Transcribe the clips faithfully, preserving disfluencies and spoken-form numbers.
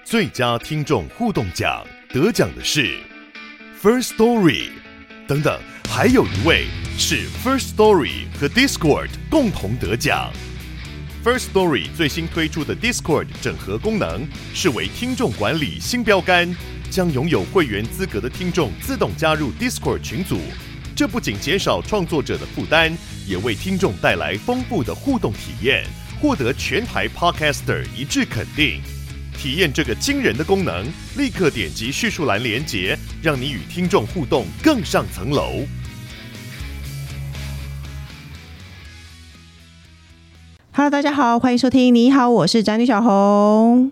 最佳听众互动奖得奖的是 First Story， 等等，还有一位是 First Story 和 Discord 共同得奖。First Story 最新推出的 Discord 整合功能，是为听众管理新标杆，将拥有会员资格的听众自动加入 Discord 群组。这不仅减少创作者的负担，也为听众带来丰富的互动体验，获得全台 Podcaster 一致肯定。体验这个惊人的功能，立刻点击叙述栏连结，让你与听众互动更上层楼。 Hello， 大家好，欢迎收听。你好，我是宅女小红。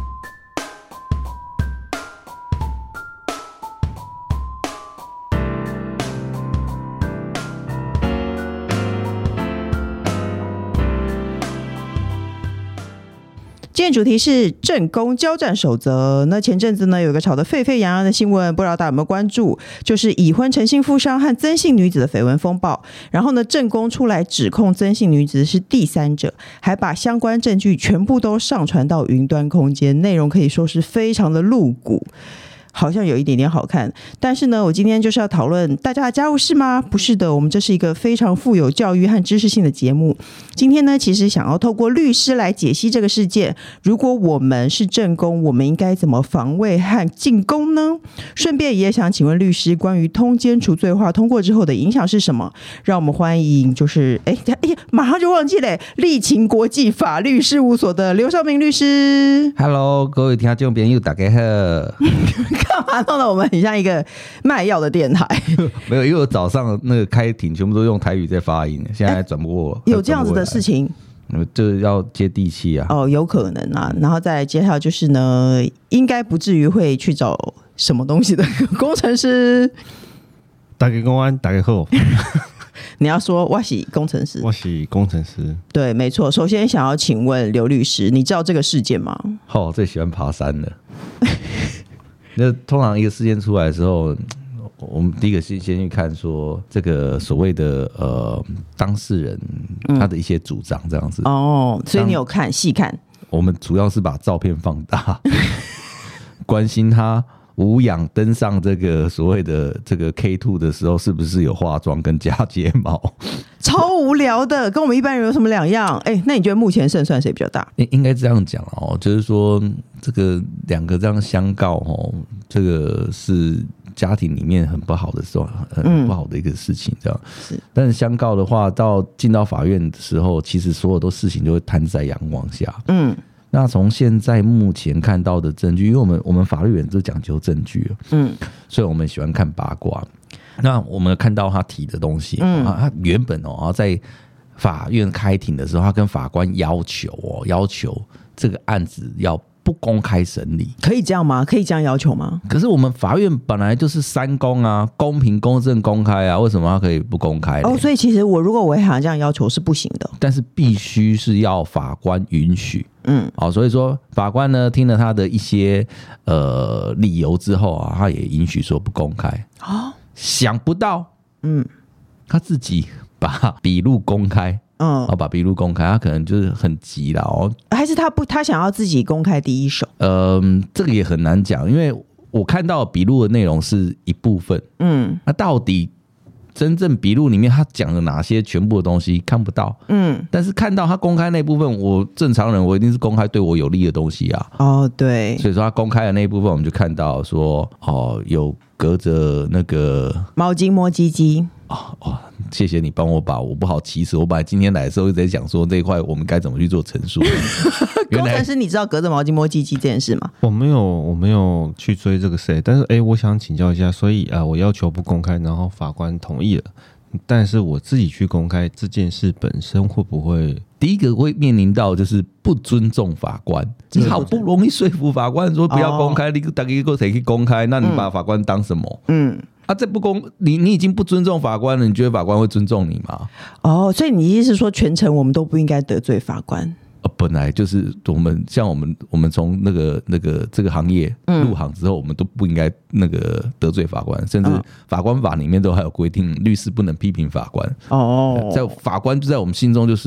今天主题是正宫交战守则。那前阵子呢，有一个炒得沸沸扬扬的新闻，不知道大家有没有关注，就是已婚陈姓富商和曾姓女子的绯闻风暴。然后呢，正宫出来指控曾姓女子是第三者，还把相关证据全部都上传到云端空间，内容可以说是非常的露骨。好像有一点点好看，但是呢，我今天就是要讨论大家的家务事吗？不是的，我们这是一个非常富有教育和知识性的节目。今天呢，其实想要透过律师来解析这个事件。如果我们是正宫，我们应该怎么防卫和进攻呢？顺便也想请问律师，关于通奸除罪化通过之后的影响是什么？让我们欢迎，就是哎哎呀，马上就忘记了，立勤国际法律事务所的刘绍明律师。 Hello， 各位听众朋友，大家好。 干嘛弄得我们很像一个卖药的电台？ 没有，因为我早上那个开庭全部都用台语在发音，现在转不过、欸、 有这样子的事情， 这要接地气啊。哦， 有可能啊。然后再来接下来就是呢，应该不至于会去找什么东西的工程师。 大家公安，大家好。 你要说我是工程师， 我是工程师， 对，没错。首先想要请问刘律师，你知道这个事件吗？ 哦，最喜欢爬山了。那通常一个事件出来的时候，我们第一个先先去看说这个所谓的呃当事人他的一些主张这样子、 嗯、哦，所以你有看细看？ 我们主要是把照片放大，关心他无氧登上这个所谓的这个 K 二 的时候，是不是有化妆跟加睫毛？ 超无聊的，跟我们一般人有什么两样？哎、欸，那你觉得目前胜算谁比较大？ 应该这样讲哦，就是说这个两个这样相告哦，这个是家庭里面很不好的时候，很不好的一个事情，这样。嗯、但是相告的话，到进到法院的时候，其实所有的事情就会摊在阳光下。嗯。那从现在目前看到的证据，因为我们我们法律人都讲究证据，嗯，所以我们喜欢看八卦。那我们看到他提的东西，嗯，他原本哦，在法院开庭的时候，他跟法官要求哦，要求这个案子要不公开审理， 可以这样吗？可以这样要求吗？ 可是我们法院本来就是三公啊，公平、公正、公开啊，为什么他可以不公开？ 哦，所以其实我如果我想这样要求是不行的， 但是必须是要法官允许。嗯，好，所以说法官呢听了他的一些呃理由之后啊，他也允许说不公开。哦，想不到，嗯，他自己把笔录公开。嗯，把笔录公开，他可能就是很急了哦。 还是他不，他想要自己公开第一手？ 嗯，这个也很难讲，因为我看到笔录的内容是一部分，嗯，那到底真正笔录里面他讲了哪些全部的东西看不到，嗯，但是看到他公开那部分，我正常人我一定是公开对我有利的东西啊。 哦，对， 所以说他公开的那一部分，我们就看到说，哦，有隔着那个毛巾摸鸡鸡。 哦哦，谢谢你帮我把我不好起始。我本来今天来的时候一直在讲说这一块我们该怎么去做陈述。 工程师，你知道隔着毛巾摸鸡鸡这件事吗？ 我没有，我没有去追这个谁，但是哎，我想请教一下，所以啊、呃，我要求不公开，然后法官同意了，但是我自己去公开这件事本身会不会？ 第一个会面临到就是不尊重法官，你好不容易说服法官说不要公开，哦、你大家都可以公开，那你把法官当什么？嗯。啊，这不公，你你已经不尊重法官了，你觉得法官会尊重你吗？ 哦，所以你意思是说，全程我们都不应该得罪法官？ 啊，本来就是我们像我们我们从那个那个这个行业入行之后，嗯、我们都不应该那个得罪法官，甚至法官法里面都还有规定，律师不能批评法官。哦，在法官就在我们心中就是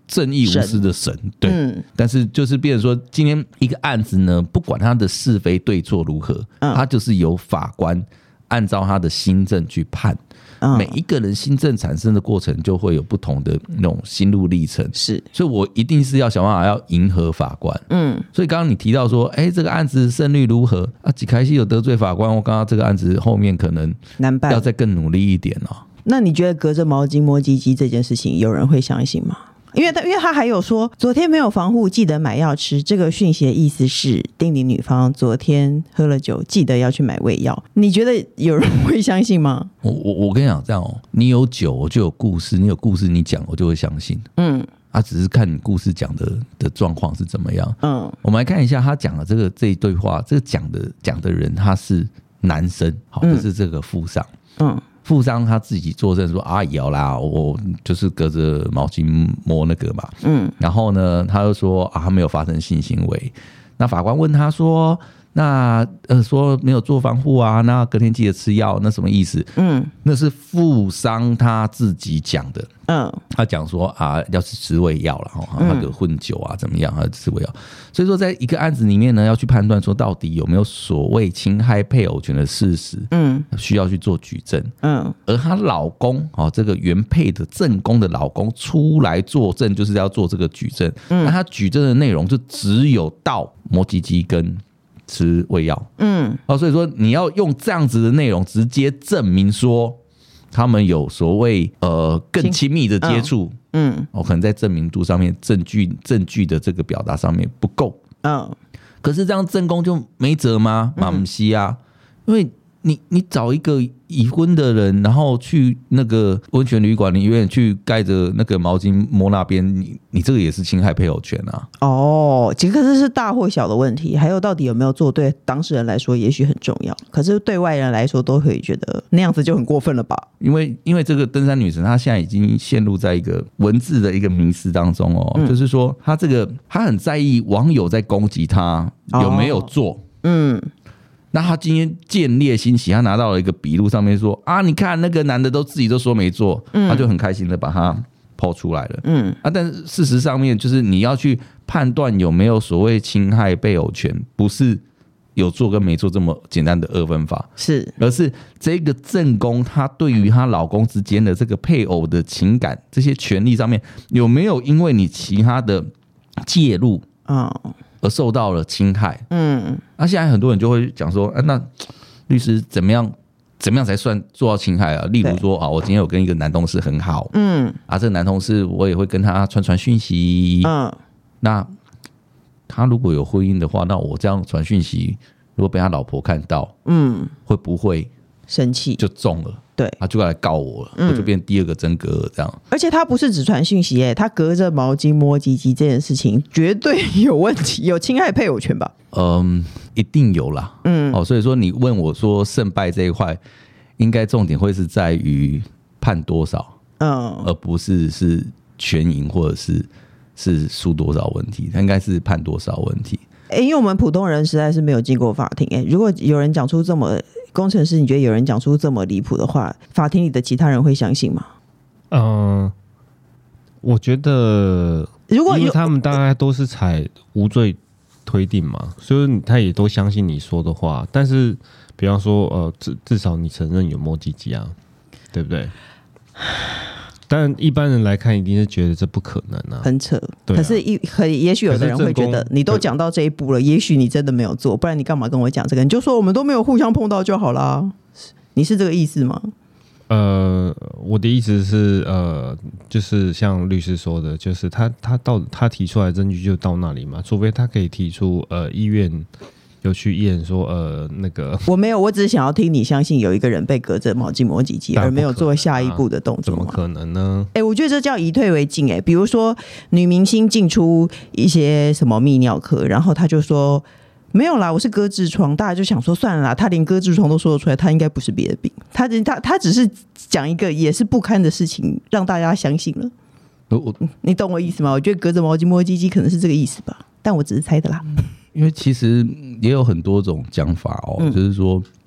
正义无私的神，对、嗯。但是就是变成说，今天一个案子呢，不管它的是非对错如何，嗯、它就是由法官按照他的心证去判。嗯、每一个人心证产生的过程就会有不同的那种心路历程， 是， 所以我一定是要想办法要迎合法官。嗯，所以刚刚你提到说，哎、欸，这个案子胜率如何啊？几开始有得罪法官，我刚刚这个案子后面可能难办，要再更努力一点哦。 那你觉得隔着毛巾摸鸡鸡这件事情，有人会相信吗？因为他，因为他还有说，昨天没有防护，记得买药吃。这个讯息的意思是叮咛女方昨天喝了酒，记得要去买胃药。你觉得有人会相信吗？ 我我我跟你讲，这样哦，你有酒，我就有故事；你有故事，你讲，我就会相信。嗯，啊，只是看你故事讲的的状况是怎么样。嗯，我们来看一下他讲的这个这一对话，这个讲的讲的人他是男生，好，这是这个富商。嗯。嗯富商他自己作证说啊有啦，我就是隔着毛巾摸那个嘛，嗯，然后呢，他就说啊他没有发生性行为。那法官问他说，那呃说没有做防护啊，那隔天记得吃药，那什么意思？嗯，那是富商他自己讲的。嗯，他讲说啊，要是吃胃药了，那个混酒啊怎么样，他吃胃药。所以说，在一个案子里面呢，要去判断说到底有没有所谓侵害配偶权的事实，嗯，需要去做举证，嗯，而她老公哦，这个原配的正宫的老公出来作证，就是要做这个举证。嗯，那他举证的内容就只有到摸鸡鸡跟吃胃药，嗯，哦，所以说你要用这样子的内容直接证明说他们有所谓呃更亲密的接触，嗯，哦，可能在证明度上面证据证据的这个表达上面不够，嗯，可是这样正宫就没辙吗？嘛不是啊，因为你你找一个已婚的人，然后去那个温泉旅馆里面去盖着那个毛巾摸那边，你你这个也是侵害配偶权啊。 哦，其实可是是大或小的问题，还有到底有没有做，对当事人来说也许很重要，可是对外人来说都可以觉得那样子就很过分了吧？因为因为这个登山女神她现在已经陷入在一个文字的一个迷思当中哦，嗯、就是说她这个她很在意网友在攻击她有没有做，哦、嗯。那他今天见猎心喜，他拿到了一个笔录，上面说啊，你看那个男的都自己都说没做，嗯、他就很开心的把他抛出来了。嗯啊，但是事实上面就是你要去判断有没有所谓侵害配偶权，不是有做跟没做这么简单的二分法， 是， 而是这个正宫她对于她老公之间的这个配偶的情感这些权利上面有没有因为你其他的介入啊？哦而受到了侵害，嗯，那、啊、现在很多人就会讲说，啊、那律师怎么样，怎么样才算做到侵害啊？例如说啊，我今天有跟一个男同事很好，嗯，啊，这个男同事我也会跟他传传讯息，嗯，那他如果有婚姻的话，那我这样传讯息，如果被他老婆看到，嗯，会不会生气就中了？ 对， 他就来告我了，嗯、我就变第二个真格尔这样。 而且他不是只传讯息耶，他隔着毛巾摸鸡鸡这件事情绝对有问题，有侵害配偶权吧？ 嗯，一定有啦。嗯，哦，所以说你问我说胜败这一块，应该重点会是在于判多少，嗯，而不是是全赢或者是是输多少问题，它应该是判多少问题。 欸、因为我们普通人实在是没有经过法庭、欸、如果有人讲出这么工程师，你觉得有人讲出这么离谱的话，法庭里的其他人会相信吗？ 嗯、呃，我觉得如果因为他们大概都是采无罪推定嘛，所以他也都相信你说的话。但是比方说呃，至至少你承认有摸鸡鸡啊，对不对？但一般人来看，一定是觉得这不可能啊， 很扯。啊、可是一可也许有的人会觉得，你都讲到这一步了，也许你真的没有做，不然你干嘛跟我讲这个？你就说我们都没有互相碰到就好啦。你是这个意思吗？ 呃，我的意思是，呃，就是像律师说的，就是他他到他提出来的证据就到那里嘛，除非他可以提出呃医院。有去验说呃那个我没有，我只是想要听你相信有一个人被隔着毛巾摸鸡鸡，而没有做下一步的动作吗？ 怎么可能呢？ 哎、欸，我觉得这叫以退为进。哎、欸，比如说女明星进出一些什么泌尿科，然后她就说没有啦，我是割痔疮，大家就想说算了啦，她连割痔疮都说得出来，她应该不是别的病，她她她只是讲一个也是不堪的事情，让大家相信了。我你懂我意思吗？我觉得隔着毛巾摸鸡鸡可能是这个意思吧，但我只是猜的啦。 因为其实也有很多种讲法哦，嗯、就是说，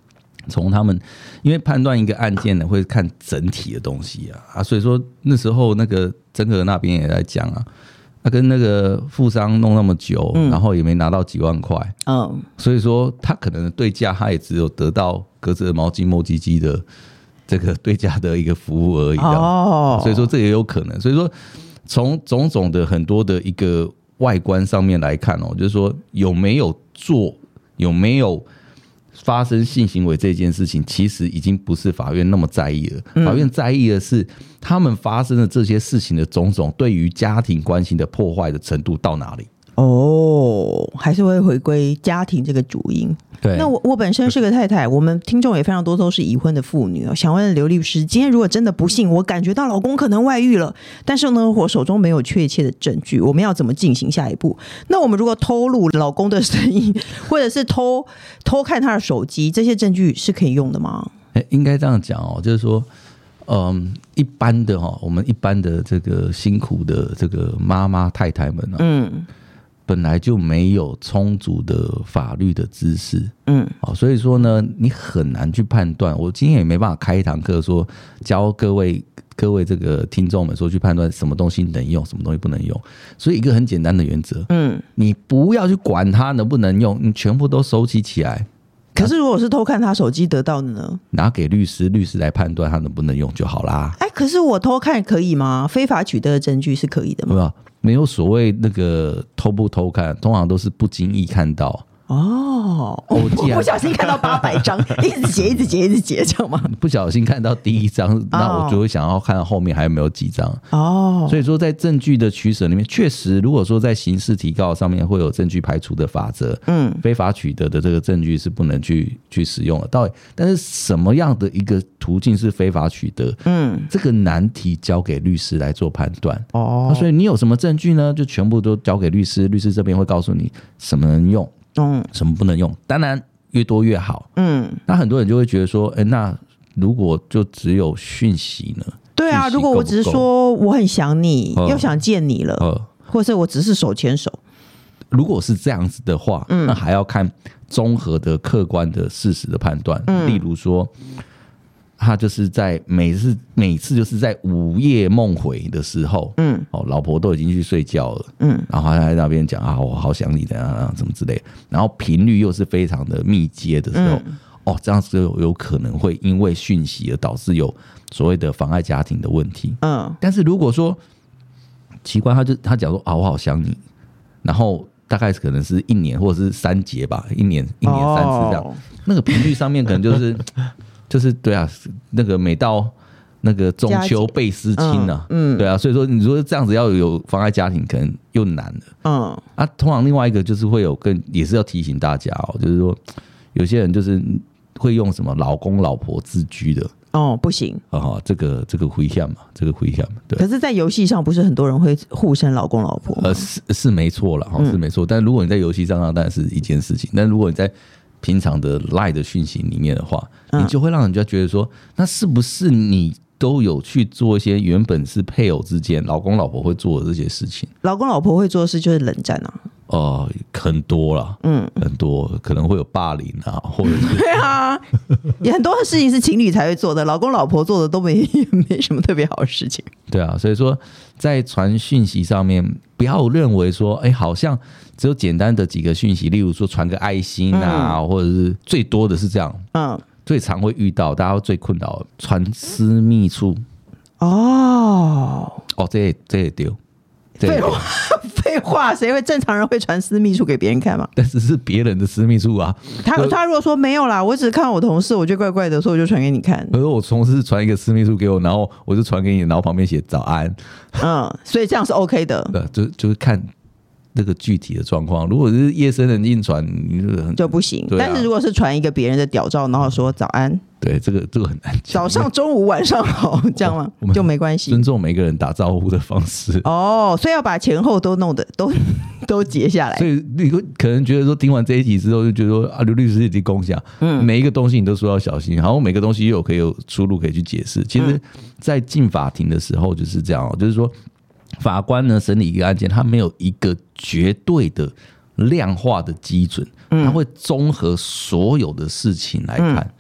从他们，因为判断一个案件呢，会看整体的东西啊啊，所以说那时候那个曾和那边也在讲啊，他跟那个富商弄那么久，嗯、然后也没拿到几万块，嗯，所以说他可能对价他也只有得到隔着毛巾磨唧唧的这个对价的一个服务而已，哦，所以说这也有可能，所以说从种种的很多的一个外观上面来看哦，就是说有没有做，有没有发生性行为这件事情，其实已经不是法院那么在意了。嗯、法院在意的是他们发生的这些事情的种种对于家庭关系的破坏的程度到哪里。 哦，还是会回归家庭这个主因。对，那我我本身是个太太，我们听众也非常多都是已婚的妇女哦。想问刘律师，今天如果真的不幸，我感觉到老公可能外遇了，但是呢，我手中没有确切的证据，我们要怎么进行下一步？那我们如果偷录老公的声音，或者是偷偷看他的手机，这些证据是可以用的吗？ 欸、应该这样讲哦，就是说。嗯，一般的哈，我们一般的这个辛苦的这个妈妈太太们啊，嗯，本来就没有充足的法律的知识，嗯，所以说呢，你很难去判断。我今天也没办法开一堂课说教各位各位这个听众们说去判断什么东西能用，什么东西不能用。所以一个很简单的原则，嗯，你不要去管它能不能用，你全部都收集起来。 可是如果是偷看他手机得到的呢？ 拿给律师，律师来判断他能不能用就好啦。 哎，可是我偷看可以吗？非法取得的证据是可以的吗？ 没有，没有所谓那个偷不偷看，通常都是不经意看到。 哦，我不小心看到八百张，一直截，一直截，一直截，这样吗？ 不小心看到第一张，那我就会想要看到后面还有没有几张。哦，所以说在证据的取舍里面，确实，如果说在刑事提告上面会有证据排除的法则，嗯，非法取得的这个证据是不能去去使用的。到底，但是什么样的一个途径是非法取得？嗯，这个难题交给律师来做判断。哦，所以你有什么证据呢？就全部都交给律师，律师这边会告诉你什么能用。嗯，什么不能用？当然越多越好。嗯，那很多人就会觉得说，哎、欸，那如果就只有讯息呢？ 对啊，如果我只是说我很想你，又想见你了，呃、或者我只是手牵手， 如果是这样子的话，嗯、那还要看综合的客观的事实的判断。嗯、例如说，他就是在每次每次就是在午夜梦回的时候，嗯，哦，老婆都已经去睡觉了，嗯，然后他在那边讲啊，我好想你的啊，什么之类的，然后频率又是非常的密接的时候，嗯、哦，这样子有有可能会因为讯息而导致有所谓的妨碍家庭的问题，嗯，但是如果说奇怪，他就他讲说啊，我好想你，然后大概可能是一年或者是三节吧，一年一年三次这样，哦、那个频率上面可能就是。就是对啊，那个每到那个中秋倍思亲啊，嗯，对啊，所以说你说这样子要有妨碍家庭，可能又难了，嗯，啊，通常另外一个就是会有更也是要提醒大家哦，就是说有些人就是会用什么老公老婆自居的， 哦，不行， 啊，这个这个危险嘛，这个危险嘛，对。 可是，在游戏上不是很多人会互称老公老婆吗？ 呃，是是没错啦，是没错，嗯、但如果你在游戏上，那当然是一件事情，但如果你在平常的 LINE 的讯息里面的话，你就会让人家觉得说，那是不是你都有去做一些原本是配偶之间老公老婆会做的这些事情？ 老公老婆会做的事就是冷战啊。 哦、呃，很多啦，嗯，很多可能会有霸凌啊，或者是对啊，也很多的事情是情侣才会做的，老公老婆做的都没没什么特别好的事情。 对啊，所以说在传讯息上面，不要认为说，哎、欸，好像只有简单的几个讯息，例如说传个爱心啊，嗯、或者是最多的是这样，嗯，最常会遇到，大家最困扰的传私密处。哦，哦，这也这也丢。 废话，废话，谁会正常人会传私密处给别人看吗？ 但是是别人的私密处啊。 他他如果说没有啦，我只是看我同事，我觉得怪怪的，所以我就传给你看。 可是我同事传一个私密处给我，然后我就传给你，然后旁边写早安。 嗯，所以这样是 OK 的。 对，就就是看这个具体的状况。如果是夜深人静传，你就就不行。啊、但是如果是传一个别人的屌照，然后说早安。 对，这个这个很难讲。 早上、中午、晚上好，这样吗？就没关系。 尊重每个人打招呼的方式。 哦，所以要把前后都弄得都都截下来。 所以你可能觉得说，听完这一集之后，就觉得说啊，刘律师已经共享，嗯，每一个东西你都说要小心，然后每个东西又有可以有出路可以去解释。其实，在进法庭的时候就是这样哦，就是说法官呢审理一个案件，他没有一个绝对的量化的基准，他会综合所有的事情来看。嗯，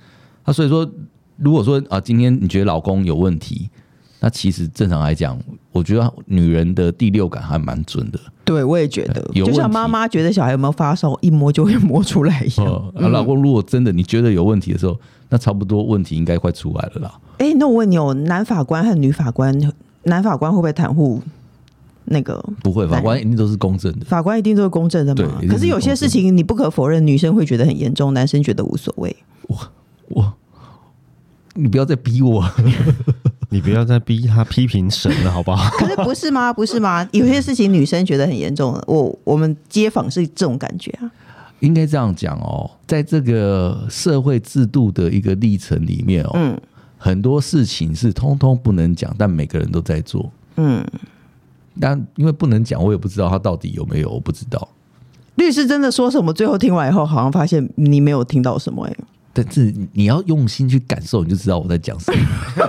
那所以说，如果说啊，今天你觉得老公有问题，那其实正常来讲，我觉得女人的第六感还蛮准的。 对，我也觉得，就像妈妈觉得小孩有没有发烧，一摸就会摸出来一样。 呃嗯、老公如果真的你觉得有问题的时候，那差不多问题应该快出来了啦。 哎、欸，那我问你哦，男法官和女法官，男法官会不会袒护？那个不会，法官一定都是公正的， 法官一定都是公正的嘛。可是有些事情你不可否认，女生会觉得很严重，男生觉得无所谓。 我我，你不要再逼我， 你不要再逼他批评神了，好不好？ 可是不是吗？不是吗？有些事情女生觉得很严重，我我们街访是这种感觉啊。 应该这样讲哦，在这个社会制度的一个历程里面哦，嗯，很多事情是通通不能讲，但每个人都在做，嗯。但因为不能讲，我也不知道他到底有没有，我不知道。 律师真的说什么？最后听完以后，好像发现你没有听到什么哎、欸。 但是你要用心去感受，你就知道我在讲什么。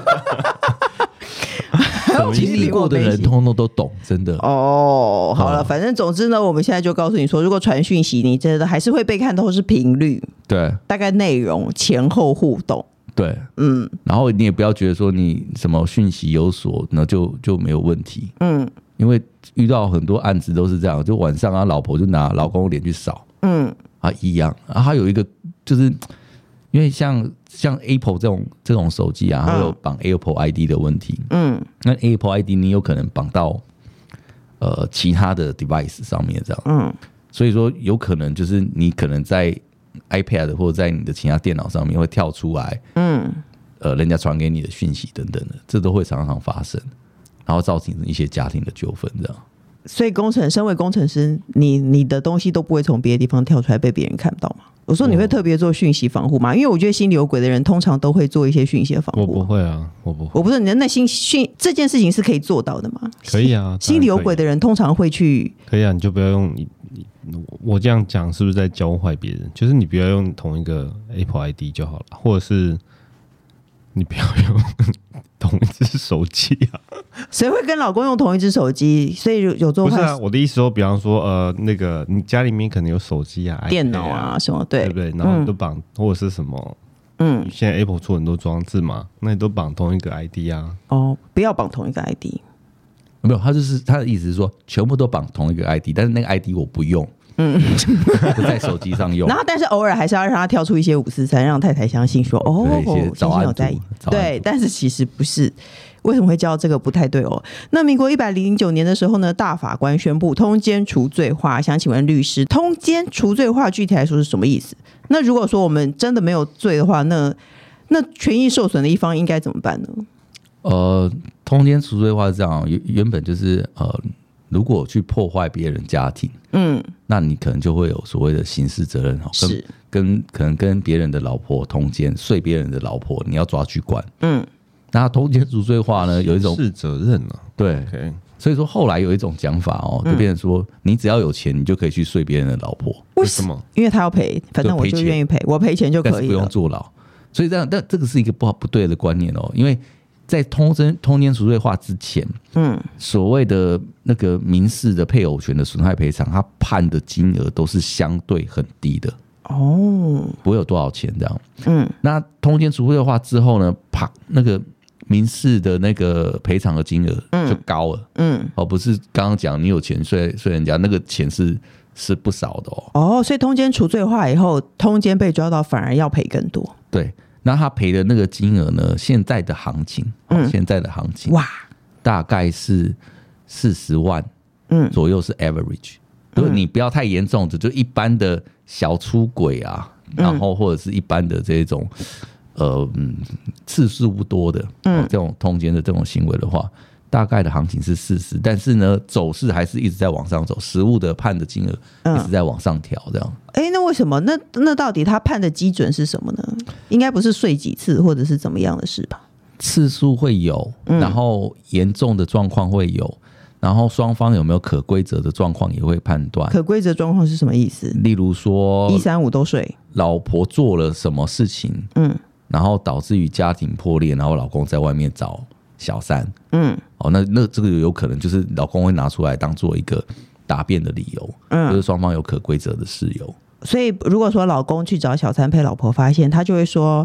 经历过的人通通都懂，真的。 哦，好了，反正总之呢，我们现在就告诉你说，如果传讯息，你真的还是会被看透是频率， 对， 大概内容前后互动。 对，嗯，然后你也不要觉得说你什么讯息有锁，那就就没有问题，嗯，因为遇到很多案子都是这样，就晚上啊，老婆就拿老公的脸去扫，嗯，啊一样，啊，还有一个就是因为像像 Apple 这种这种手机啊，它有绑 Apple I D 的问题，嗯，那 Apple I D 你有可能绑到呃其他的 device 上面这样，嗯，所以说有可能就是你可能在iPad 或者在你的其他电脑上面会跳出来，嗯，呃，人家传给你的讯息等等的，这都会常常发生，然后造成一些家庭的纠纷，这样。 所以工程，身为工程师，你你的东西都不会从别的地方跳出来被别人看到吗？我说你会特别做讯息防护吗？因为我觉得心里有鬼的人通常都会做一些讯息的防护。 我不会啊，我不会。 我不是你的内心讯这件事情是可以做到的吗？ 可以啊， 心里有鬼的人通常会去。 可以啊，你就不要用你你我这样讲是不是在教坏别人？就是你不要用同一个 Apple I D 就好了，或者是你不要用同一只手机啊。 谁会跟老公用同一只手机？所以有做不是啊？我的意思说，比方说，呃，那个你家里面可能有手机啊、 电脑啊什么，对对不对？然后都绑、嗯、或者是什么，嗯，现在 Apple 出很多装置嘛，那你都绑同一个 I D 啊。 哦，不要绑同一个 I D。 没有，他就是他的意思是说，全部都绑同一个 I D， 但是那个 I D 我不用。嗯，不在手机上用， 然后但是偶尔还是要让他跳出一些五四三，让太太相信说哦，早安有在意，对，但是其实不是。为什么会叫这个不太对哦？那民国一百零九年的时候呢，大法官宣布通奸除罪化。想请问律师，通奸除罪化具体来说是什么意思？那如果说我们真的没有罪的话，那那权益受损的一方应该怎么办呢？ 呃，通奸除罪化是这样，原本就是呃。如果去破坏别人家庭，嗯，那你可能就会有所谓的刑事责任，跟跟可能跟别人的老婆通奸，睡别人的老婆，你要抓去关，嗯。那通奸除罪化呢，有一种刑事责任啊， 对， okay. 所以说后来有一种讲法哦，就变成说，嗯、你只要有钱，你就可以去睡别人的老婆。 为什么？因为他要赔，反正我就愿意赔，我赔钱就可以了， 但是不用坐牢。所以这样，但这个是一个不好不对的观念哦，因为。在通奸通奸除罪化之前，嗯，所谓的那个民事的配偶权的损害赔偿，他判的金额都是相对很低的哦，不会有多少钱这样。嗯，那通奸除罪化之后呢，啪，那个民事的那个赔偿的金额就高了，嗯，哦，不是刚刚讲你有钱睡睡人家，那个钱是是不少的哦。 哦，所以通奸除罪化以后，通奸被抓到反而要赔更多。 对。那他赔的那个金额呢？现在的行情，嗯、现在的行情哇，大概是四十万，嗯，左右是 average。如果你不要太严重的，就一般的小出轨啊，嗯、然后或者是一般的这种，呃，嗯，次数不多的，嗯，这种通奸的这种行为的话，大概的行情是四十，但是呢，走势还是一直在往上走，实务的判的金额一直在往上调，这样。 哎、嗯，那为什么？那那到底他判的基准是什么呢？应该不是睡几次或者是怎么样的事吧？ 次数会有，然后严重的状况会有，然后双方有没有可规则的状况也会判断。 可规则状况是什么意思？ 例如说， 一三五都睡， 老婆做了什么事情，嗯，然后导致于家庭破裂，然后老公在外面找小三，嗯，哦，那那这个有可能就是老公会拿出来当做一个答辩的理由，嗯，就是双方有可规则的事由。 所以如果说老公去找小三被老婆发现，他就会说，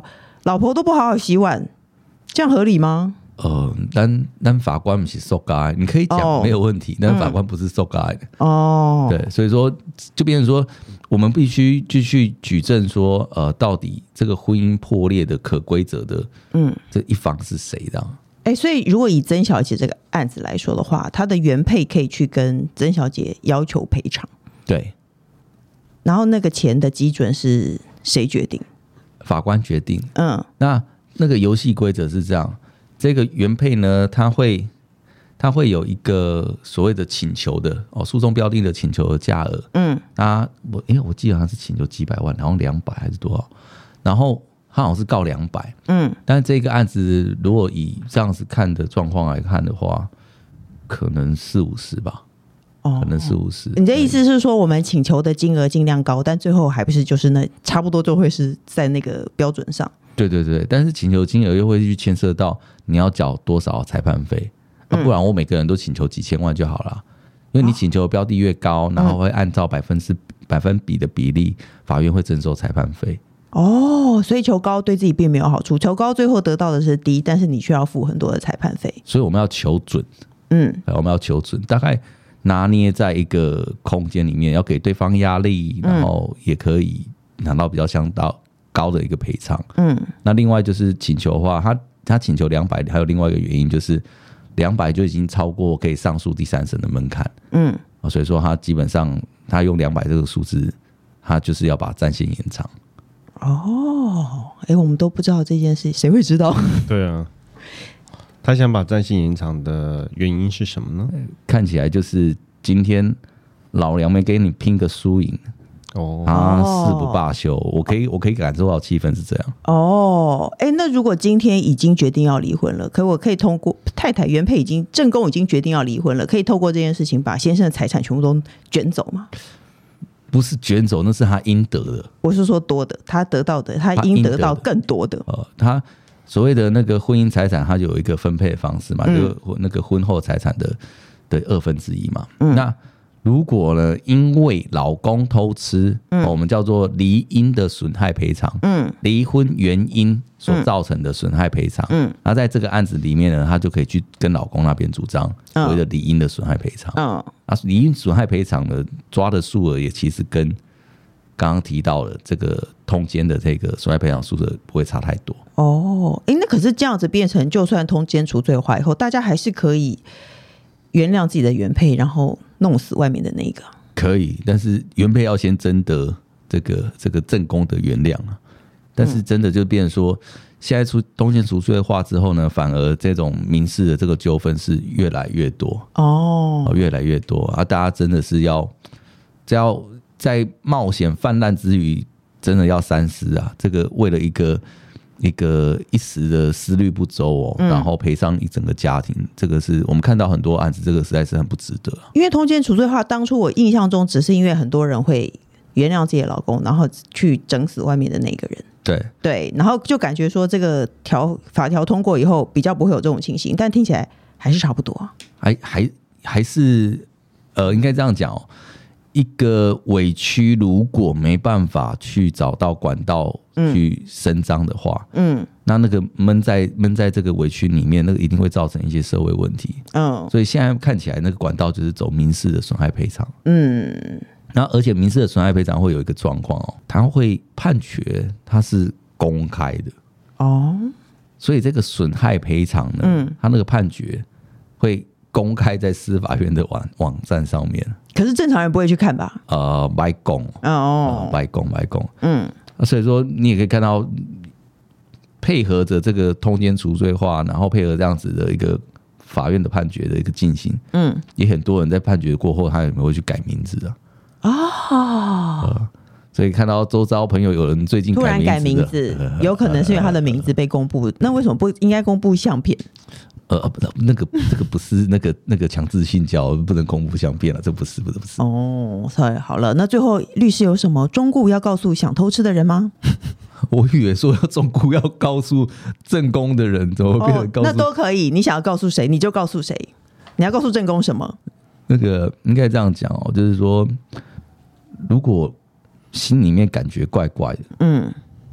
老婆都不好好洗碗，这样合理吗？ 呃，但但法官不是受该，你可以讲、哦、没有问题，但法官不是受该的哦。对，所以说就变成说，我们必须继续举证说，呃，到底这个婚姻破裂的可归责的，嗯，这一方是谁的？ 哎、欸，所以如果以曾小姐这个案子来说的话，她的原配可以去跟曾小姐要求赔偿， 对。 然后那个钱的基准是谁决定？ 法官决定。嗯，那那个游戏规则是这样。这个原配呢，他会他会有一个所谓的请求的哦，诉讼标定的请求的价额，嗯，他我因为我记得他是请求几百万，然后两百还是多少，然后他好像是告两百，嗯，但是这个案子如果以这样子看的状况来看的话，可能四五十吧，哦，可能四五十。 你的意思是说，我们请求的金额尽量高，但最后还不是就是那差不多就会是在那个标准上。对对对，但是请求金额又会去牵涉到你要缴多少裁判费、嗯啊、不然我每个人都请求几千万就好了，因为你请求的标的越高，然后会按照百分之百分比的比例，法院会征收裁判费。 哦，所以求高对自己并没有好处，求高最后得到的是低，但是你却要付很多的裁判费。 所以我们要求准，嗯，我们要求准，大概拿捏在一个空间里面，要给对方压力，然后也可以拿到比较相当高的一个赔偿。嗯，那另外就是请求的话，他他请求两百，还有另外一个原因就是两百就已经超过可以上诉第三审的门槛。嗯，所以说他基本上他用两百这个数字，他就是要把战线延长。 哦，哎、欸，我们都不知道这件事，谁会知道？ 对啊，他想把战线延长的原因是什么呢？ 看起来就是今天老娘没给你拼个输赢。哦，他誓不罢休，我可以，我可以感受到气氛是这样。 哦，哎、欸，那如果今天已经决定要离婚了，可我可以通过太太原配已经正宫已经决定要离婚了，可以透过这件事情把先生的财产全部都卷走吗？ 不是卷走，那是他应得的。 我是说多的，他得到的，他应得到更多的。 呃，他所谓的那个婚姻财产，他有一个分配的方式嘛，嗯、就那个婚后财产的的二分之一嘛。嗯、那如果呢，因为老公偷吃，嗯哦、我们叫做离因的损害赔偿，嗯，离婚原因所造成的损害赔偿，嗯，那在这个案子里面呢，他就可以去跟老公那边主张所谓的离因的损害赔偿，嗯，啊，离因损害赔偿的抓的数额也其实跟刚刚提到的这个通奸的这个损害赔偿数额不会差太多。 哦，哎，那可是这样子变成，就算通奸除罪化以后，大家还是可以原谅自己的原配，然后弄死外面的那个。 可以，但是原配要先征得这个这个正宫的原谅啊。但是真的就变成说，现在出通奸除罪化之后呢，反而这种民事的这个纠纷是越来越多哦，越来越多啊！大家真的是要，只要在冒险泛滥之余，真的要三思啊！这个为了一个一个一时的思虑不周哦，嗯、然后赔上一整个家庭，这个是我们看到很多案子，这个实在是很不值得。 因为通奸除罪化，当初我印象中只是因为很多人会原谅自己的老公，然后去整死外面的那个人。 对对，然后就感觉说这个条法条通过以后，比较不会有这种情形，但听起来还是差不多啊。 还还还是呃，应该这样讲哦。一个委屈如果没办法去找到管道去伸张的话，嗯，那那个闷在闷在这个委屈里面，那个一定会造成一些社会问题。嗯，所以现在看起来那个管道就是走民事的损害赔偿。嗯。然后，而且民事的损害赔偿会有一个状况哦，它会判决它是公开的哦，所以这个损害赔偿呢，嗯，它那个判决会公开在司法院的网网站上面。 可是正常人不会去看吧？ 呃，白公哦，白公白公，嗯，所以说你也可以看到，配合着这个通奸除罪化，然后配合这样子的一个法院的判决的一个进行，嗯，也很多人在判决过后，他有没有会去改名字啊？哦、呃，所以看到周遭朋友有人最近突然改名字，有可能是因为他的名字被公布。那为什么不应该公布相片？ 呃，那个这个不是那个那个强制性交，不能公布相片了，这不是不是不是。 哦，好了，那最后律师有什么忠告要告诉想偷吃的人吗？ 我以为说要忠告要告诉正宫的人，怎么会变成告诉、 哦？那都可以，你想要告诉谁你就告诉谁。你要告诉正宫什么？ 那个应该这样讲哦，就是说，如果心里面感觉怪怪的，嗯，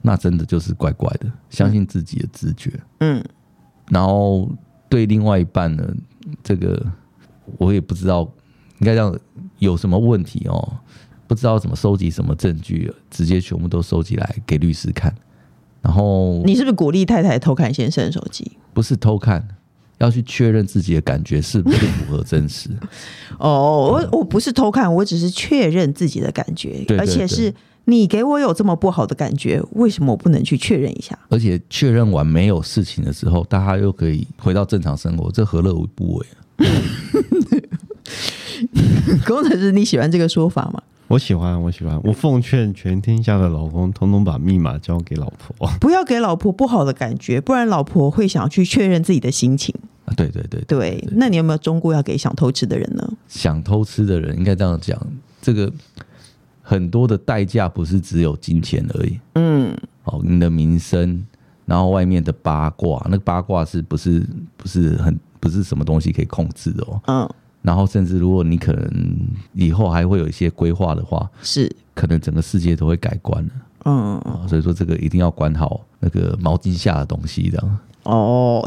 那真的就是怪怪的，相信自己的直觉。 嗯， 然后对另外一半呢，这个我也不知道应该这样有什么问题哦，不知道怎么收集什么证据，直接全部都收集来给律师看。然后你是不是鼓励太太偷看先生的手机？ 不是偷看，要去确认自己的感觉是不是符合真实。 哦，我我不是偷看，我只是确认自己的感觉， 对对对， 而且是你给我有这么不好的感觉，为什么我不能去确认一下？ 而且确认完没有事情的时候，大家又可以回到正常生活，这何乐而不为啊？ 工程师，你喜欢这个说法吗？ 我喜欢，我喜欢。我奉劝全天下的老公，统统把密码交给老婆， 不要给老婆不好的感觉，不然老婆会想去确认自己的心情。 啊、对对 对, 对, 对, 对, 对，那你有没有忠告要给想偷吃的人呢？ 想偷吃的人应该这样讲，这个很多的代价不是只有金钱而已。嗯，哦，你的名声，然后外面的八卦，那个八卦是不是不是很不是什么东西可以控制的哦？嗯。然后甚至如果你可能以后还会有一些规划的话，是可能整个世界都会改观了。嗯、哦，所以说这个一定要管好那个毛巾下的东西，这样。哦，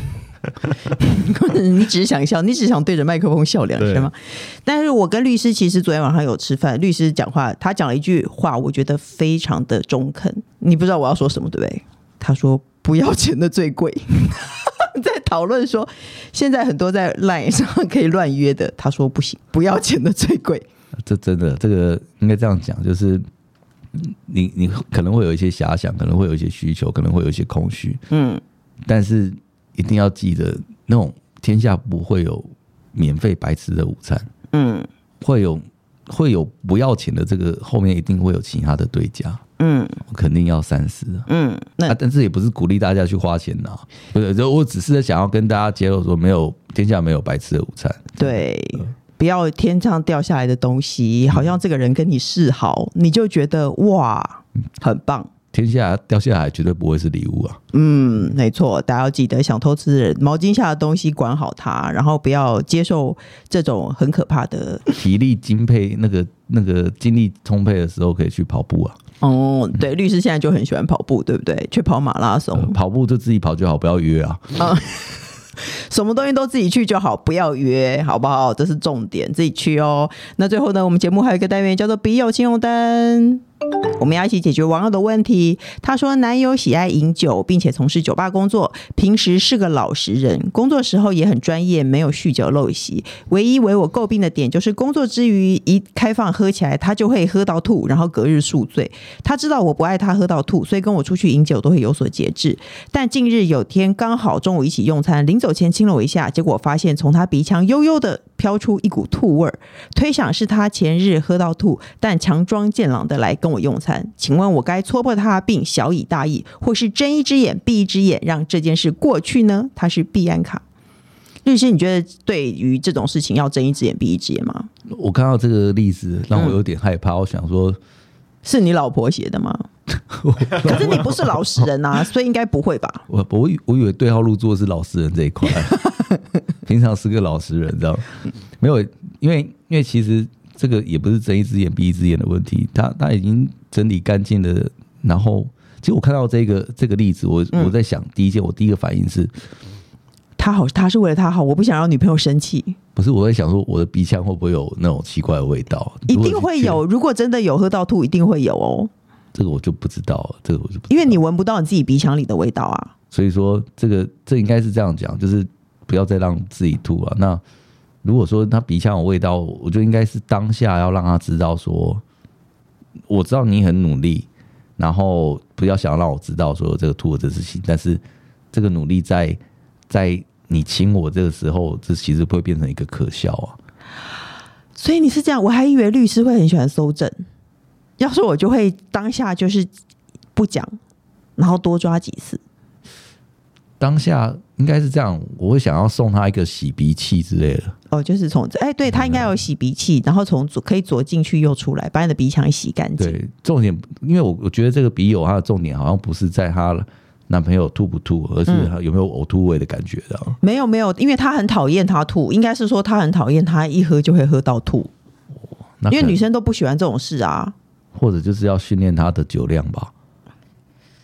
你只是想笑，你只想对着麦克风笑两声吗？但是我跟律师其实昨天晚上有吃饭，律师讲话，他讲了一句话，我觉得非常的中肯。你不知道我要说什么，对不对？他说：“不要钱的最贵。”在讨论说现在很多在 LINE 上可以乱约的，他说不行，不要钱的最贵。 这真的，这个应该这样讲，就是你你可能会有一些遐想，可能会有一些需求，可能会有一些空虚，嗯，但是一定要记得，那种天下不会有免费白吃的午餐，嗯，会有会有不要钱的，这个后面一定会有其他的对价。嗯，肯定要三思。嗯，那、啊、但是也不是鼓励大家去花钱呐，不是，我只是想要跟大家揭露说，没有天下没有白吃的午餐。 对，呃、不要天上掉下来的东西，好像这个人跟你示好，你就觉得哇，很棒。 天下掉下来绝对不会是礼物啊。 嗯，没错，大家要记得，想偷吃的人，毛巾下的东西管好它，然后不要接受这种很可怕的。 体力精沛，那个那个精力充沛的时候，可以去跑步啊。 哦，对，律师现在就很喜欢跑步，对不对？去跑马拉松， 呃、跑步就自己跑就好，不要约啊。嗯， 什么东西都自己去就好，不要约，好不好？这是重点，自己去哦。那最后呢，我们节目还有一个单元叫做笔友青红灯。我们要一起解决网友的问题。他说男友喜爱饮酒，并且从事酒吧工作，平时是个老实人，工作时候也很专业，没有酗酒陋习。唯一为我诟病的点就是工作之余一开放喝起来，他就会喝到吐，然后隔日宿醉。他知道我不爱他喝到吐，所以跟我出去饮酒都会有所节制。但近日有天刚好中午一起用餐，临走前亲了我一下，结果发现从他鼻腔悠悠的飘出一股吐味，推想是他前日喝到吐，但强装健朗的来跟我用餐。请问我该戳破他的病，小以大义，或是睁一只眼闭一只眼，让这件事过去呢？他是毕安卡律师，你觉得对于这种事情要睁一只眼闭一只眼吗？ 我看到这个例子让我有点害怕，嗯、我想说是你老婆写的吗？可是你不是老实人啊，所以应该不会吧？ 我我我以为对号入座是老实人这一块，平常是个老实人，知道吗？没有，因为因为其实这个也不是睁一只眼闭一只眼的问题，他他已经整理干净了。然后，其实我看到这个这个例子，我我在想，第一件我第一个反应是， 他好，他是为了他好，我不想让女朋友生气。 不是，我在想说，我的鼻腔会不会有那种奇怪的味道？ 一定会有，如果真的有喝到吐，一定会有哦。 这个我就不知道了，这个我就不知道， 因为你闻不到你自己鼻腔里的味道啊。 所以说，这个这应该是这样讲，就是不要再让自己吐啊。那如果说他鼻腔有味道，我就应该是当下要让他知道说，我知道你很努力，然后不要想让我知道说这个吐的这事情，但是这个努力在在你亲我这个时候，这其实会变成一个可笑啊。 所以你是这样，我还以为律师会很喜欢搜证。要是我就会当下就是不讲，然后多抓几次。 当下应该是这样，我会想要送他一个洗鼻器之类的。 哦，就是从哎，对他应该有洗鼻器，然后从左可以左进去右出来，把你的鼻腔洗干净。 对，重点，因为我我觉得这个笔友他的重点好像不是在他男朋友吐不吐，而是有没有呕吐味的感觉的、嗯。没有没有，因为他很讨厌他吐，应该是说他很讨厌他一喝就会喝到吐，因为女生都不喜欢这种事啊。 或者就是要训练他的酒量吧。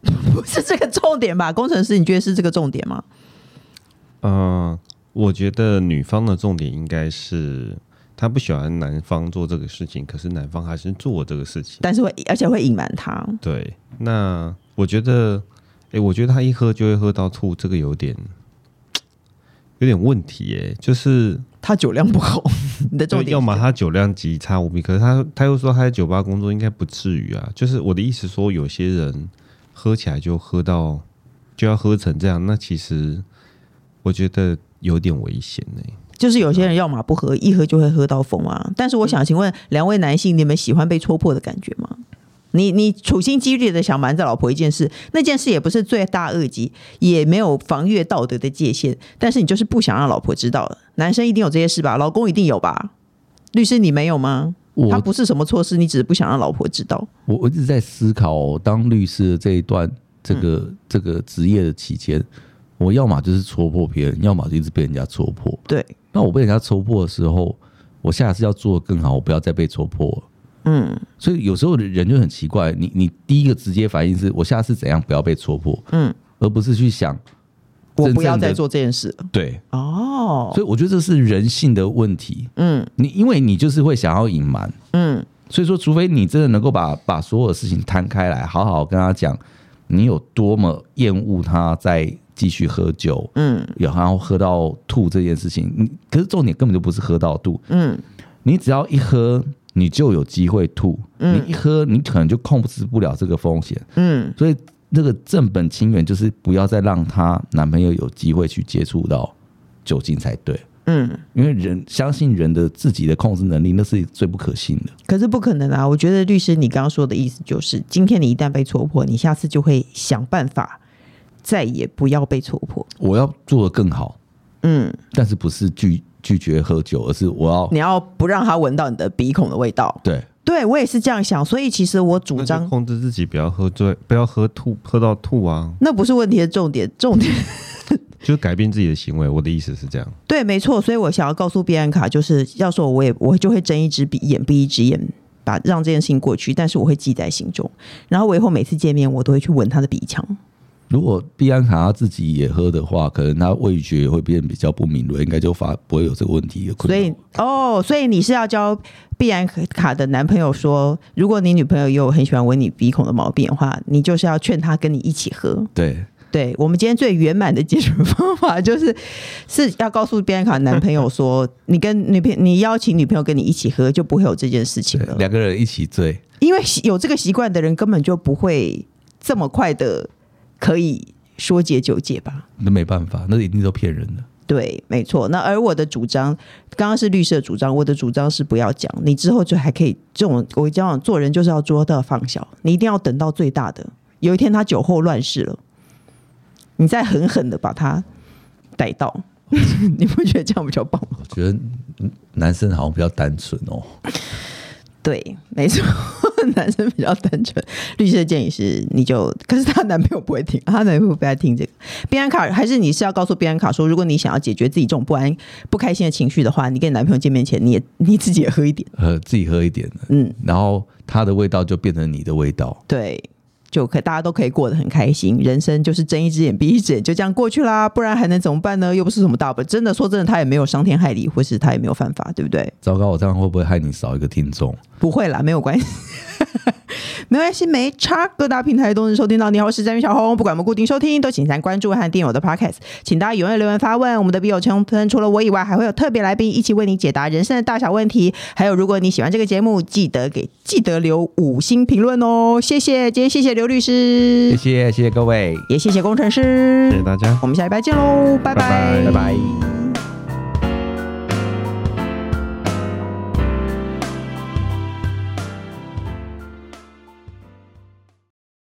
不是这个重点吧？工程师，你觉得是这个重点吗？ 呃，我觉得女方的重点应该是她不喜欢男方做这个事情，可是男方还是做这个事情， 但是会而且会隐瞒他。 对，那我觉得，哎，我觉得他一喝就会喝到吐，这个有点有点问题，哎，就是他酒量不好，你的重点要么他酒量极差无比，可是他他又说他在酒吧工作，应该不至于啊。就是我的意思说，有些人喝起来就喝到就要喝成这样，那其实我觉得有点危险呢、欸。 就是有些人要么不喝，一喝就会喝到疯啊。但是我想请问两位男性，你们喜欢被戳破的感觉吗？你你处心积虑的想瞒着老婆一件事，那件事也不是罪大恶极，也没有防越道德的界限，但是你就是不想让老婆知道了。男生一定有这些事吧？老公一定有吧？律师你没有吗？他不是什么错事，你只是不想让老婆知道。 我我一直在思考，当律师的这一段这个、嗯、这个职业的期间，我要么就是戳破别人，要么就一直被人家戳破。 对， 那我被人家戳破的时候，我下次要做得更好，我不要再被戳破了。嗯，所以有时候人就很奇怪，你你第一个直接反应是我下次怎样不要被戳破，嗯，而不是去想我不要再做这件事了。 对，哦，所以我觉得这是人性的问题。嗯，你因为你就是会想要隐瞒，嗯，所以说除非你真的能够把把所有的事情摊开来，好好跟他讲你有多么厌恶他在继续喝酒，嗯，然后喝到吐这件事情，可是重点根本就不是喝到吐，嗯，你只要一喝。你就有机会吐，嗯、你一喝，你可能就控制不了这个风险，嗯，所以这个正本清源就是不要再让她男朋友有机会去接触到酒精才对，嗯，因为人相信人的自己的控制能力，那是最不可信的。 可是不可能啊！我觉得律师你刚刚说的意思就是，今天你一旦被戳破，你下次就会想办法再也不要被戳破。 我要做得更好，嗯，但是不是拒。拒绝喝酒，而是我要你要不让他闻到你的鼻孔的味道。 对， 对我也是这样想，所以其实我主张控制自己不要喝醉，不要喝吐，喝到吐啊。 那不是问题的重点，重点就是改变自己的行为。我的意思是这样。 对，没错。所以我想要告诉比安卡，就是要说我也我就会睁一只眼闭一只眼，把让这件事情过去，但是我会记在心中。然后我以后每次见面，我都会去闻他的鼻腔。 如果毕安卡他自己也喝的话，可能他味觉也会变比较不敏锐，应该就发不会有这个问题的困扰。 所以哦，所以你是要教毕安卡的男朋友说，如果你女朋友有很喜欢闻你鼻孔的毛病的话，你就是要劝他跟你一起喝。 对， 对，我们今天最圆满的解决方法就是是要告诉毕安卡的男朋友说，你跟女朋友，你邀请女朋友跟你一起喝，就不会有这件事情了。 两个人一起醉， 因为有这个习惯的人根本就不会这么快的。可以说解就解吧？ 那没办法，那一定都骗人的。 对，没错。那而我的主张，刚刚是律师的主张，我的主张是不要讲，你之后就还可以这种。我讲做人就是要做到放小，你一定要等到最大的。有一天他酒后乱事了，你再狠狠的把他逮到，你不觉得这样比较棒吗？ 我觉得男生好像比较单纯哦。 对，没错，男生比较单纯。律师的建议是，你就，可是她男朋友不会听，她男朋友不爱听这个。比安卡，还是你是要告诉比安卡说，如果你想要解决自己这种不安、不开心的情绪的话，你跟你男朋友见面前，你也你自己也喝一点， 呃，自己喝一点，嗯，然后他的味道就变成你的味道， 对。就可大家都可以过得很开心，人生就是睁一只眼闭一只眼，就这样过去啦，不然还能怎么办呢？又不是什么大不了，真的说真的，他也没有伤天害理，或是他也没有犯法，对不对？ 糟糕，我这样会不会害你少一个听众？ 不会啦，没有关系。没关系，没差。各大平台都能收听到。你好，我是詹宇小红。不管我们固定收听，都请咱关注和订阅我的 podcast。请大家踊跃留言发问。我们的笔友圈除了我以外，还会有特别来宾一起为你解答人生的大小问题。还有，如果你喜欢这个节目，记得给记得留五星评论哦。谢谢，今天谢谢刘律师， 谢谢谢谢各位， 也谢谢工程师， 谢谢大家。 我们下礼拜见喽，拜拜， 拜拜。